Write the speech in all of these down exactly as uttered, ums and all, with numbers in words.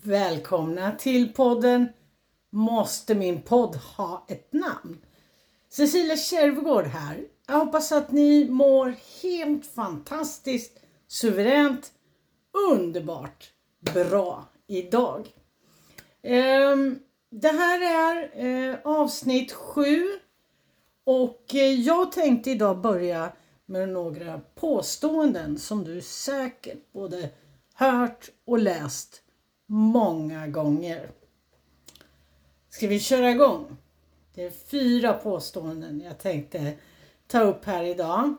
Välkomna till podden Måste min podd ha ett namn? Cecilia Kärvegård här. Jag hoppas att ni mår helt fantastiskt, suveränt, underbart bra idag. Det här är avsnitt sju och jag tänkte idag börja med några påståenden som du säkert både hört och läst många gånger. Ska vi köra igång? Det är fyra påståenden jag tänkte ta upp här idag.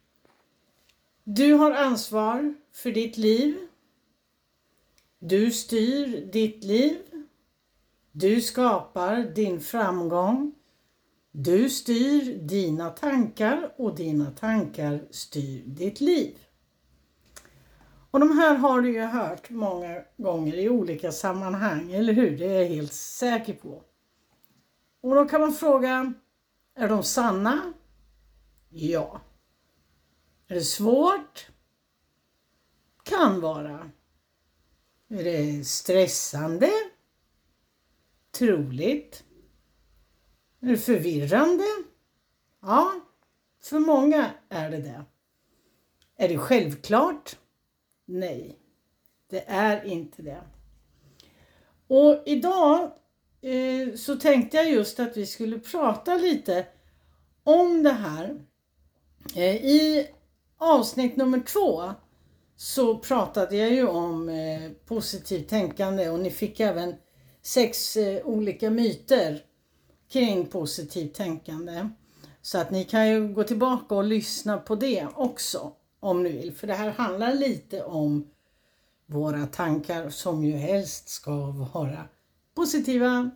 Du har ansvar för ditt liv. Du styr ditt liv. Du skapar din framgång. Du styr dina tankar och dina tankar styr ditt liv. Och de här har du ju hört många gånger i olika sammanhang, eller hur? Det är jag helt säker på. Och då kan man fråga, är de sanna? Ja. Är det svårt? Kan vara. Är det stressande? Troligt. Är det förvirrande? Ja, för många är det det. Är det självklart? Nej, det är inte det. Och idag eh, så tänkte jag just att vi skulle prata lite om det här. Eh, I avsnitt nummer två så pratade jag ju om eh, positivt tänkande och ni fick även sex eh, olika myter kring positivt tänkande. Så att ni kan ju gå tillbaka och lyssna på det också om ni vill. För det här handlar lite om våra tankar som ju helst ska vara positiva.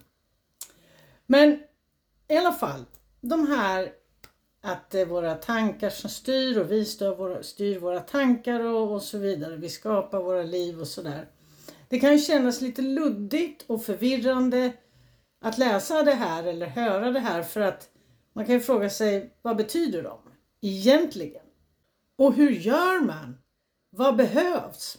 Men i alla fall, de här att det är våra tankar som styr och vi styr våra, styr våra tankar och, och så vidare. Vi skapar våra liv och sådär. Det kan ju kännas lite luddigt och förvirrande att läsa det här eller höra det här, för att man kan ju fråga sig, vad betyder de egentligen? Och hur gör man? Vad behövs?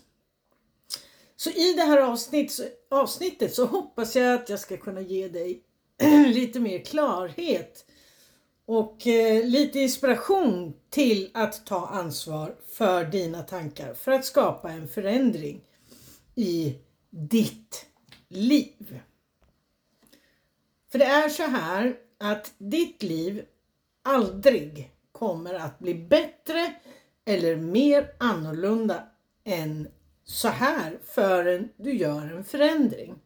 Så i det här avsnitt, avsnittet så hoppas jag att jag ska kunna ge dig lite mer klarhet och eh, lite inspiration till att ta ansvar för dina tankar för att skapa en förändring i ditt liv. För det är så här att ditt liv aldrig kommer att bli bättre eller mer annorlunda än så här förrän du gör en förändring.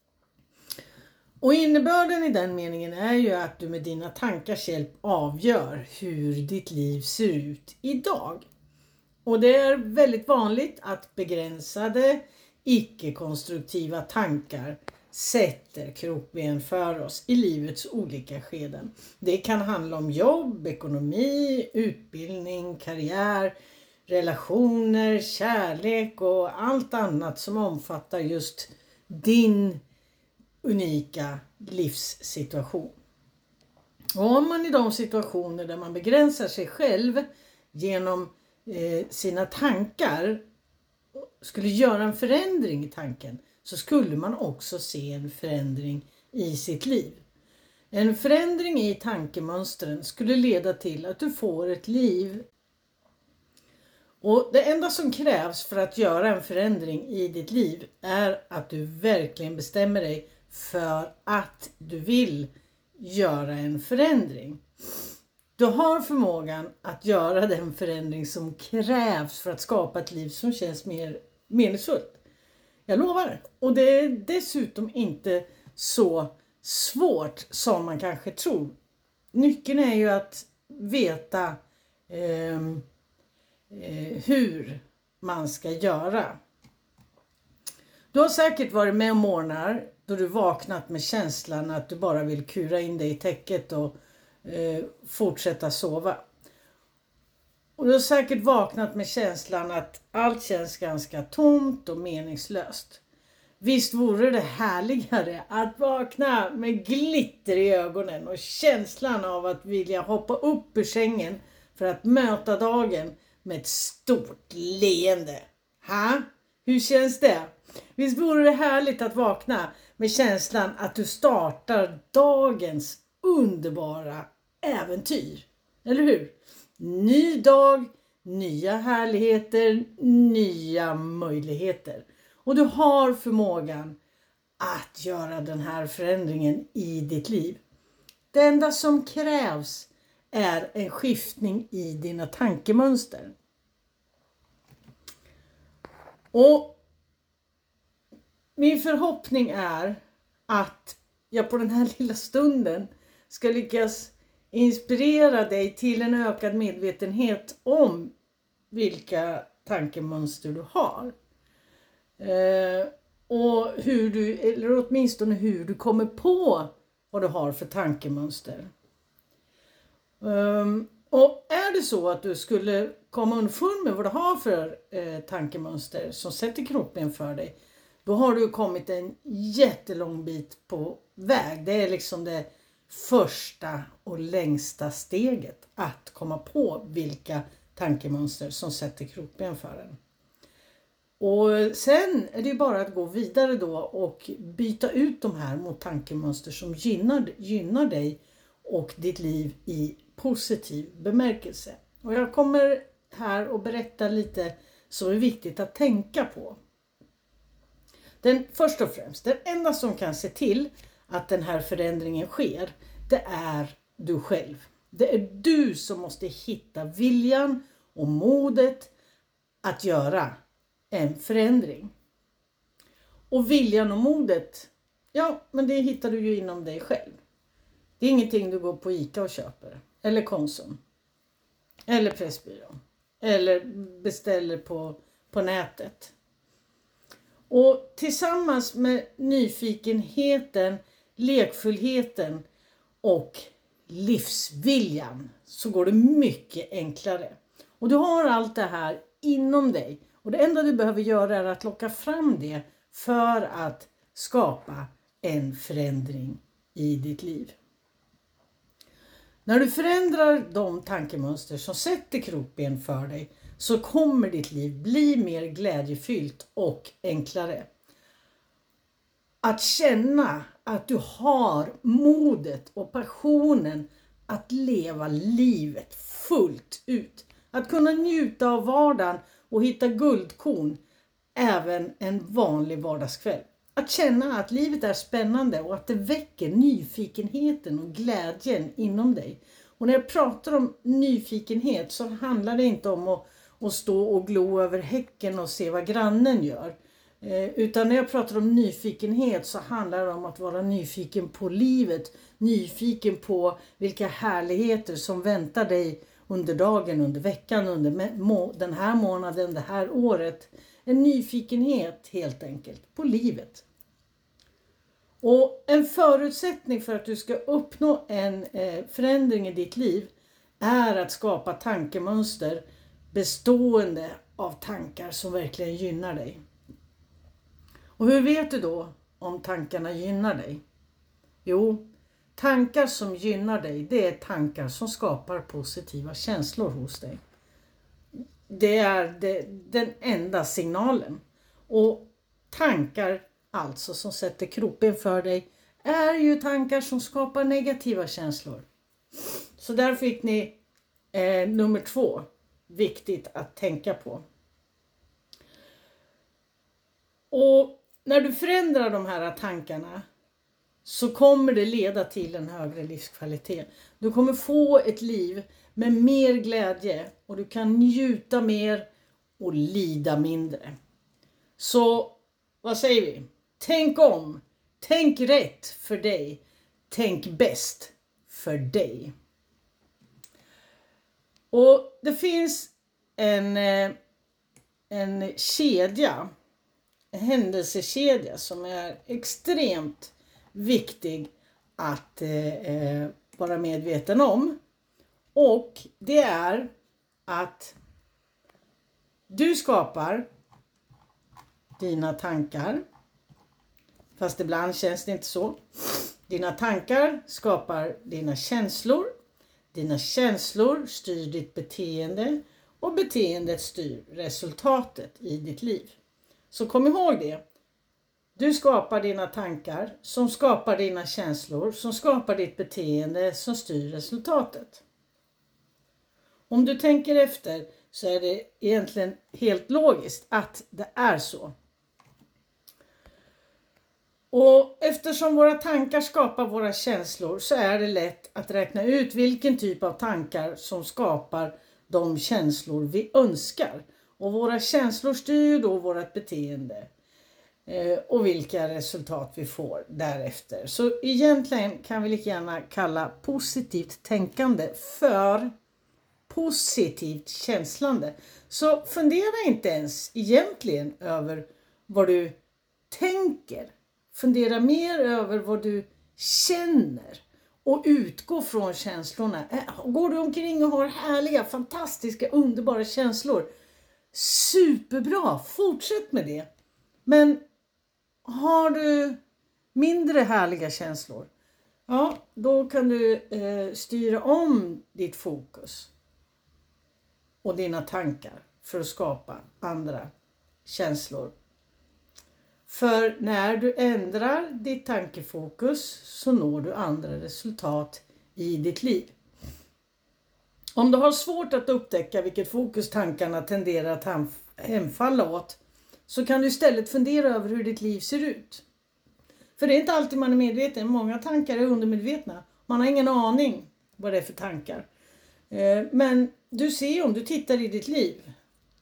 Och innebörden i den meningen är ju att du med dina tankars hjälp avgör hur ditt liv ser ut idag. Och det är väldigt vanligt att begränsade, icke-konstruktiva tankar sätter krokben för oss i livets olika skeden. Det kan handla om jobb, ekonomi, utbildning, karriär, relationer, kärlek och allt annat som omfattar just din unika livssituation. Och om man i de situationer där man begränsar sig själv genom eh, sina tankar skulle göra en förändring i tanken, så skulle man också se en förändring i sitt liv. En förändring i tankemönstren skulle leda till att du får ett liv. Och det enda som krävs för att göra en förändring i ditt liv är att du verkligen bestämmer dig för att du vill göra en förändring. Du har förmågan att göra den förändring som krävs för att skapa ett liv som känns mer meningsfullt. Jag lovar. Och det är dessutom inte så svårt som man kanske tror. Nyckeln är ju att veta eh, eh, hur man ska göra. Du har säkert varit med om morgnar då du vaknat med känslan att du bara vill kura in dig i täcket och eh, fortsätta sova. Och du har säkert vaknat med känslan att allt känns ganska tomt och meningslöst. Visst vore det härligare att vakna med glitter i ögonen och känslan av att vilja hoppa upp ur sängen för att möta dagen med ett stort leende. Ha? Hur känns det? Visst vore det härligt att vakna med känslan att du startar dagens underbara äventyr. Eller hur? Ny dag, nya härligheter, nya möjligheter. Och du har förmågan att göra den här förändringen i ditt liv. Det enda som krävs är en skiftning i dina tankemönster. Och min förhoppning är att jag på den här lilla stunden ska lyckas inspirera dig till en ökad medvetenhet om vilka tankemönster du har. Eh, och hur du, eller åtminstone hur du kommer på vad du har för tankemönster. Um, och är det så att du skulle komma underfund med vad du har för eh, tankemönster som sätter kroppen för dig, då har du kommit en jättelång bit på väg. Det är liksom det första och längsta steget att komma på vilka tankemönster som sätter kroppen för en. Och sen är det ju bara att gå vidare då och byta ut de här mot tankemönster som gynnar, gynnar dig och ditt liv i positiv bemärkelse. Och jag kommer här att berätta lite som är viktigt att tänka på. Den först och främst, den enda som kan se till att den här förändringen sker, det är du själv. Det är du som måste hitta viljan och modet att göra en förändring. Och viljan och modet, ja, men det hittar du ju inom dig själv. Det är ingenting du går på ICA och köper, eller Konsum, eller Pressbyrån, eller beställer på, på nätet. Och tillsammans med nyfikenheten, lekfullheten och livsviljan så går det mycket enklare. Och du har allt det här inom dig. Och det enda du behöver göra är att locka fram det för att skapa en förändring i ditt liv. När du förändrar de tankemönster som sätter kroppen för dig så kommer ditt liv bli mer glädjefyllt och enklare. Att känna att du har modet och passionen att leva livet fullt ut. Att kunna njuta av vardagen och hitta guldkorn även en vanlig vardagskväll. Att känna att livet är spännande och att det väcker nyfikenheten och glädjen inom dig. Och när jag pratar om nyfikenhet så handlar det inte om att, att stå och glo över häcken och se vad grannen gör. Eh, utan när jag pratar om nyfikenhet så handlar det om att vara nyfiken på livet. Nyfiken på vilka härligheter som väntar dig under dagen, under veckan, under må- den här månaden, det här året. En nyfikenhet helt enkelt på livet. Och en förutsättning för att du ska uppnå en eh, förändring i ditt liv är att skapa tankemönster bestående av tankar som verkligen gynnar dig. Och hur vet du då om tankarna gynnar dig? Jo, tankar som gynnar dig, det är tankar som skapar positiva känslor hos dig. Det är det, den enda signalen. Och tankar alltså som sätter kroppen för dig är ju tankar som skapar negativa känslor. Så där fick ni eh, nummer två. Viktigt att tänka på. Och när du förändrar de här tankarna så kommer det leda till en högre livskvalitet. Du kommer få ett liv med mer glädje och du kan njuta mer och lida mindre. Så vad säger vi? Tänk om, tänk rätt för dig, tänk bäst för dig. Och det finns en, en kedja, en händelsekedja som är extremt viktig att eh, vara medveten om. Och det är att du skapar dina tankar. Fast ibland känns det inte så. Dina tankar skapar dina känslor. Dina känslor styr ditt beteende. Och beteendet styr resultatet i ditt liv. Så kom ihåg det. Du skapar dina tankar som skapar dina känslor, som skapar ditt beteende, som styr resultatet. Om du tänker efter så är det egentligen helt logiskt att det är så. Och eftersom våra tankar skapar våra känslor så är det lätt att räkna ut vilken typ av tankar som skapar de känslor vi önskar. Och våra känslor styr då vårt beteende eh, och vilka resultat vi får därefter. Så egentligen kan vi lika gärna kalla positivt tänkande för positivt känslande. Så fundera inte ens egentligen över vad du tänker. Fundera mer över vad du känner och utgå från känslorna. Går du omkring och har härliga, fantastiska, underbara känslor, superbra, fortsätt med det. Men har du mindre härliga känslor, ja, då kan du eh, styra om ditt fokus och dina tankar för att skapa andra känslor. För när du ändrar ditt tankefokus så når du andra resultat i ditt liv. Om du har svårt att upptäcka vilket fokus tankarna tenderar att hemfalla åt, så kan du istället fundera över hur ditt liv ser ut. För det är inte alltid man är medveten. Många tankar är undermedvetna. Man har ingen aning vad det är för tankar. Men du ser, om du tittar i ditt liv,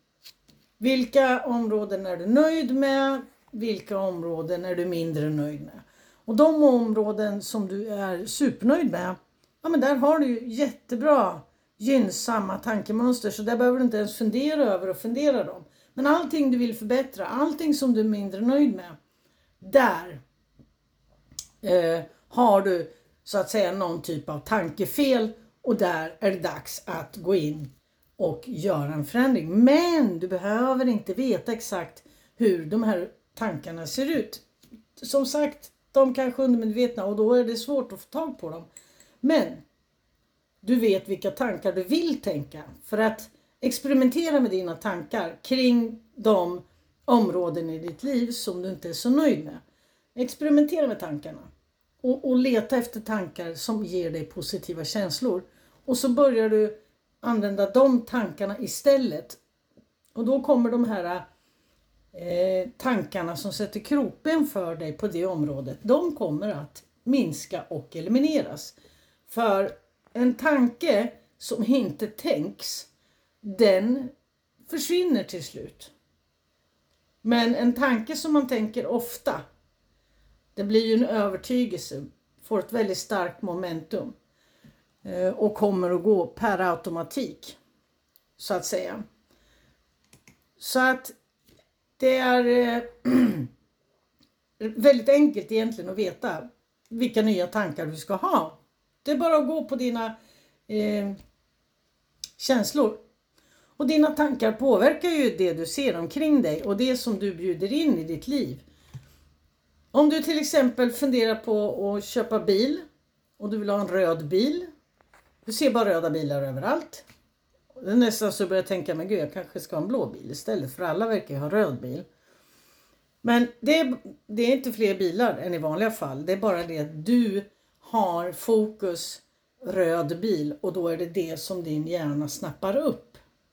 vilka områden är du nöjd med? Vilka områden är du mindre nöjd med? Och de områden som du är supernöjd med, ja, men där har du jättebra gynnsamma tankemönster. Så där behöver du inte ens fundera över och fundera dem. Men allting du vill förbättra, allting som du är mindre nöjd med, där eh, har du så att säga någon typ av tankefel. Och där är det dags att gå in och göra en förändring. Men du behöver inte veta exakt hur de här tankarna ser ut. Som sagt, de kanske är undermedvetna och då är det svårt att få tag på dem. Men du vet vilka tankar du vill tänka. För att experimentera med dina tankar kring de områden i ditt liv som du inte är så nöjd med. Experimentera med tankarna. Och, och leta efter tankar som ger dig positiva känslor. Och så börjar du använda de tankarna istället. Och då kommer de här eh, tankarna som sätter kroppen för dig på det området. De kommer att minska och elimineras. För en tanke som inte tänks, den försvinner till slut. Men en tanke som man tänker ofta, det blir ju en övertygelse, får ett väldigt starkt momentum och kommer att gå per automatik, så att säga. Så att det är väldigt enkelt egentligen att veta vilka nya tankar du ska ha. Det är bara att gå på dina eh, känslor. Och dina tankar påverkar ju det du ser omkring dig och det som du bjuder in i ditt liv. Om du till exempel funderar på att köpa bil och du vill ha en röd bil. Du ser bara röda bilar överallt. Det är nästan så börjar jag tänka, men gud, jag kanske ska ha en blå bil istället, för alla verkar ju ha röd bil. Men det är, det är inte fler bilar än i vanliga fall. Det är bara det att du har fokus röd bil och då är det det som din hjärna snappar upp.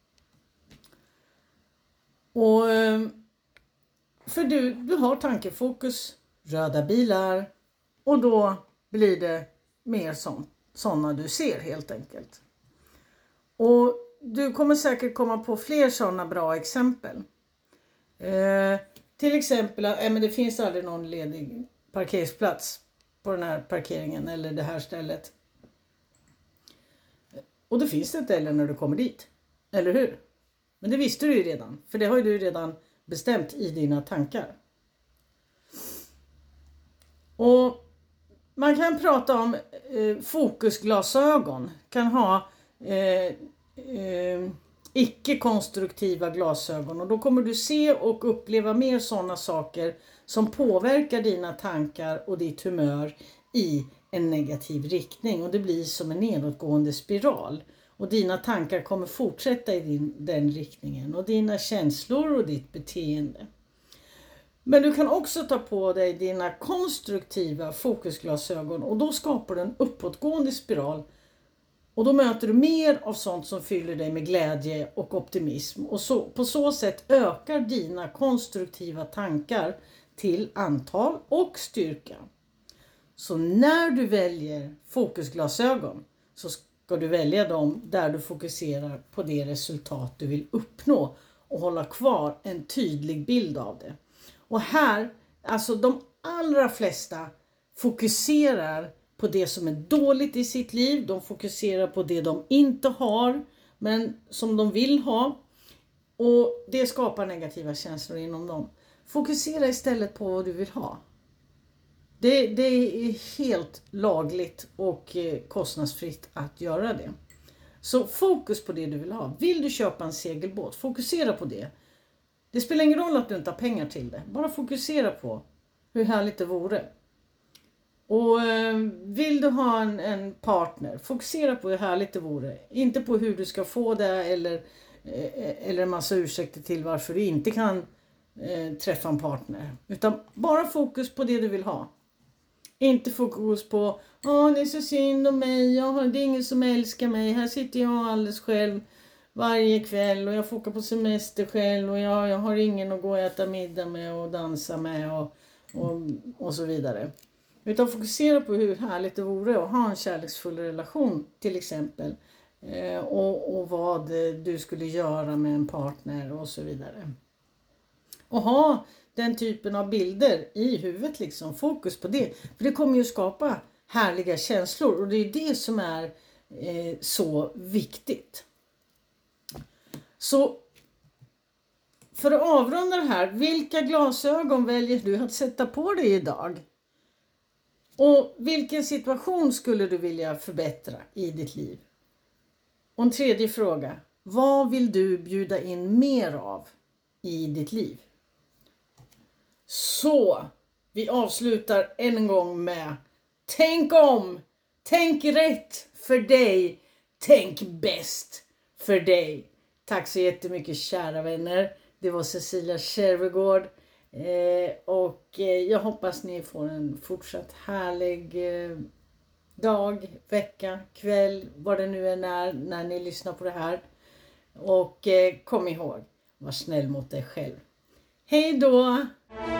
Och för du, du har tankefokus röda bilar och då blir det mer sånt, sådana du ser helt enkelt. Och du kommer säkert komma på fler sådana bra exempel. Eh, till exempel att eh, men det finns aldrig någon ledig parkeringsplats på den här parkeringen eller det här stället. Och det finns det inte heller när du kommer dit. Eller hur? Men det visste du ju redan. För det har ju du redan bestämt i dina tankar. Och man kan prata om eh, fokusglasögon. Kan ha eh, eh, icke-konstruktiva glasögon. Och då kommer du se och uppleva mer sådana saker som påverkar dina tankar och ditt humör i en negativ riktning. Och det blir som en nedåtgående spiral. Och dina tankar kommer fortsätta i din, den riktningen. Och dina känslor och ditt beteende. Men du kan också ta på dig dina konstruktiva fokusglasögon och då skapar du en uppåtgående spiral. Och då möter du mer av sånt som fyller dig med glädje och optimism. Och så, på så sätt ökar dina konstruktiva tankar till antal och styrka. Så när du väljer fokusglasögon så ska du välja dem där du fokuserar på det resultat du vill uppnå och hålla kvar en tydlig bild av det. Och här, alltså de allra flesta fokuserar på det som är dåligt i sitt liv. De fokuserar på det de inte har men som de vill ha. Och det skapar negativa känslor inom dem. Fokusera istället på vad du vill ha. Det, det är helt lagligt och kostnadsfritt att göra det. Så fokus på det du vill ha. Vill du köpa en segelbåt? Fokusera på det. Det spelar ingen roll att du inte har pengar till det. Bara fokusera på hur härligt det vore. Och vill du ha en, en partner? Fokusera på hur härligt det vore. Inte på hur du ska få det eller, eller en massa ursäkter till varför du inte kan eh, träffa en partner. Utan bara fokus på det du vill ha. Inte fokus på, åh det är så synd om mig, jag, det är ingen som älskar mig, här sitter jag alldeles själv varje kväll och jag får åka på semester själv och jag, jag har ingen att gå och äta middag med och dansa med och, och, och så vidare. Utan fokusera på hur härligt det vore att ha en kärleksfull relation till exempel. Eh, och, och vad du skulle göra med en partner och så vidare. Och ha den typen av bilder i huvudet liksom. Fokus på det. För det kommer ju skapa härliga känslor. Och det är det som är eh, så viktigt. Så för att avrunda det här. Vilka glasögon väljer du att sätta på dig idag? Och vilken situation skulle du vilja förbättra i ditt liv? Och en tredje fråga. Vad vill du bjuda in mer av i ditt liv? Så vi avslutar en gång med tänk om, tänk rätt för dig, tänk bäst för dig. Tack så jättemycket kära vänner. Det var Cecilia Kärvegård. Eh, och eh, jag hoppas ni får en fortsatt härlig eh, dag, vecka, kväll, vad det nu är när, när ni lyssnar på det här. Och eh, kom ihåg, var snäll mot dig själv. Hej då!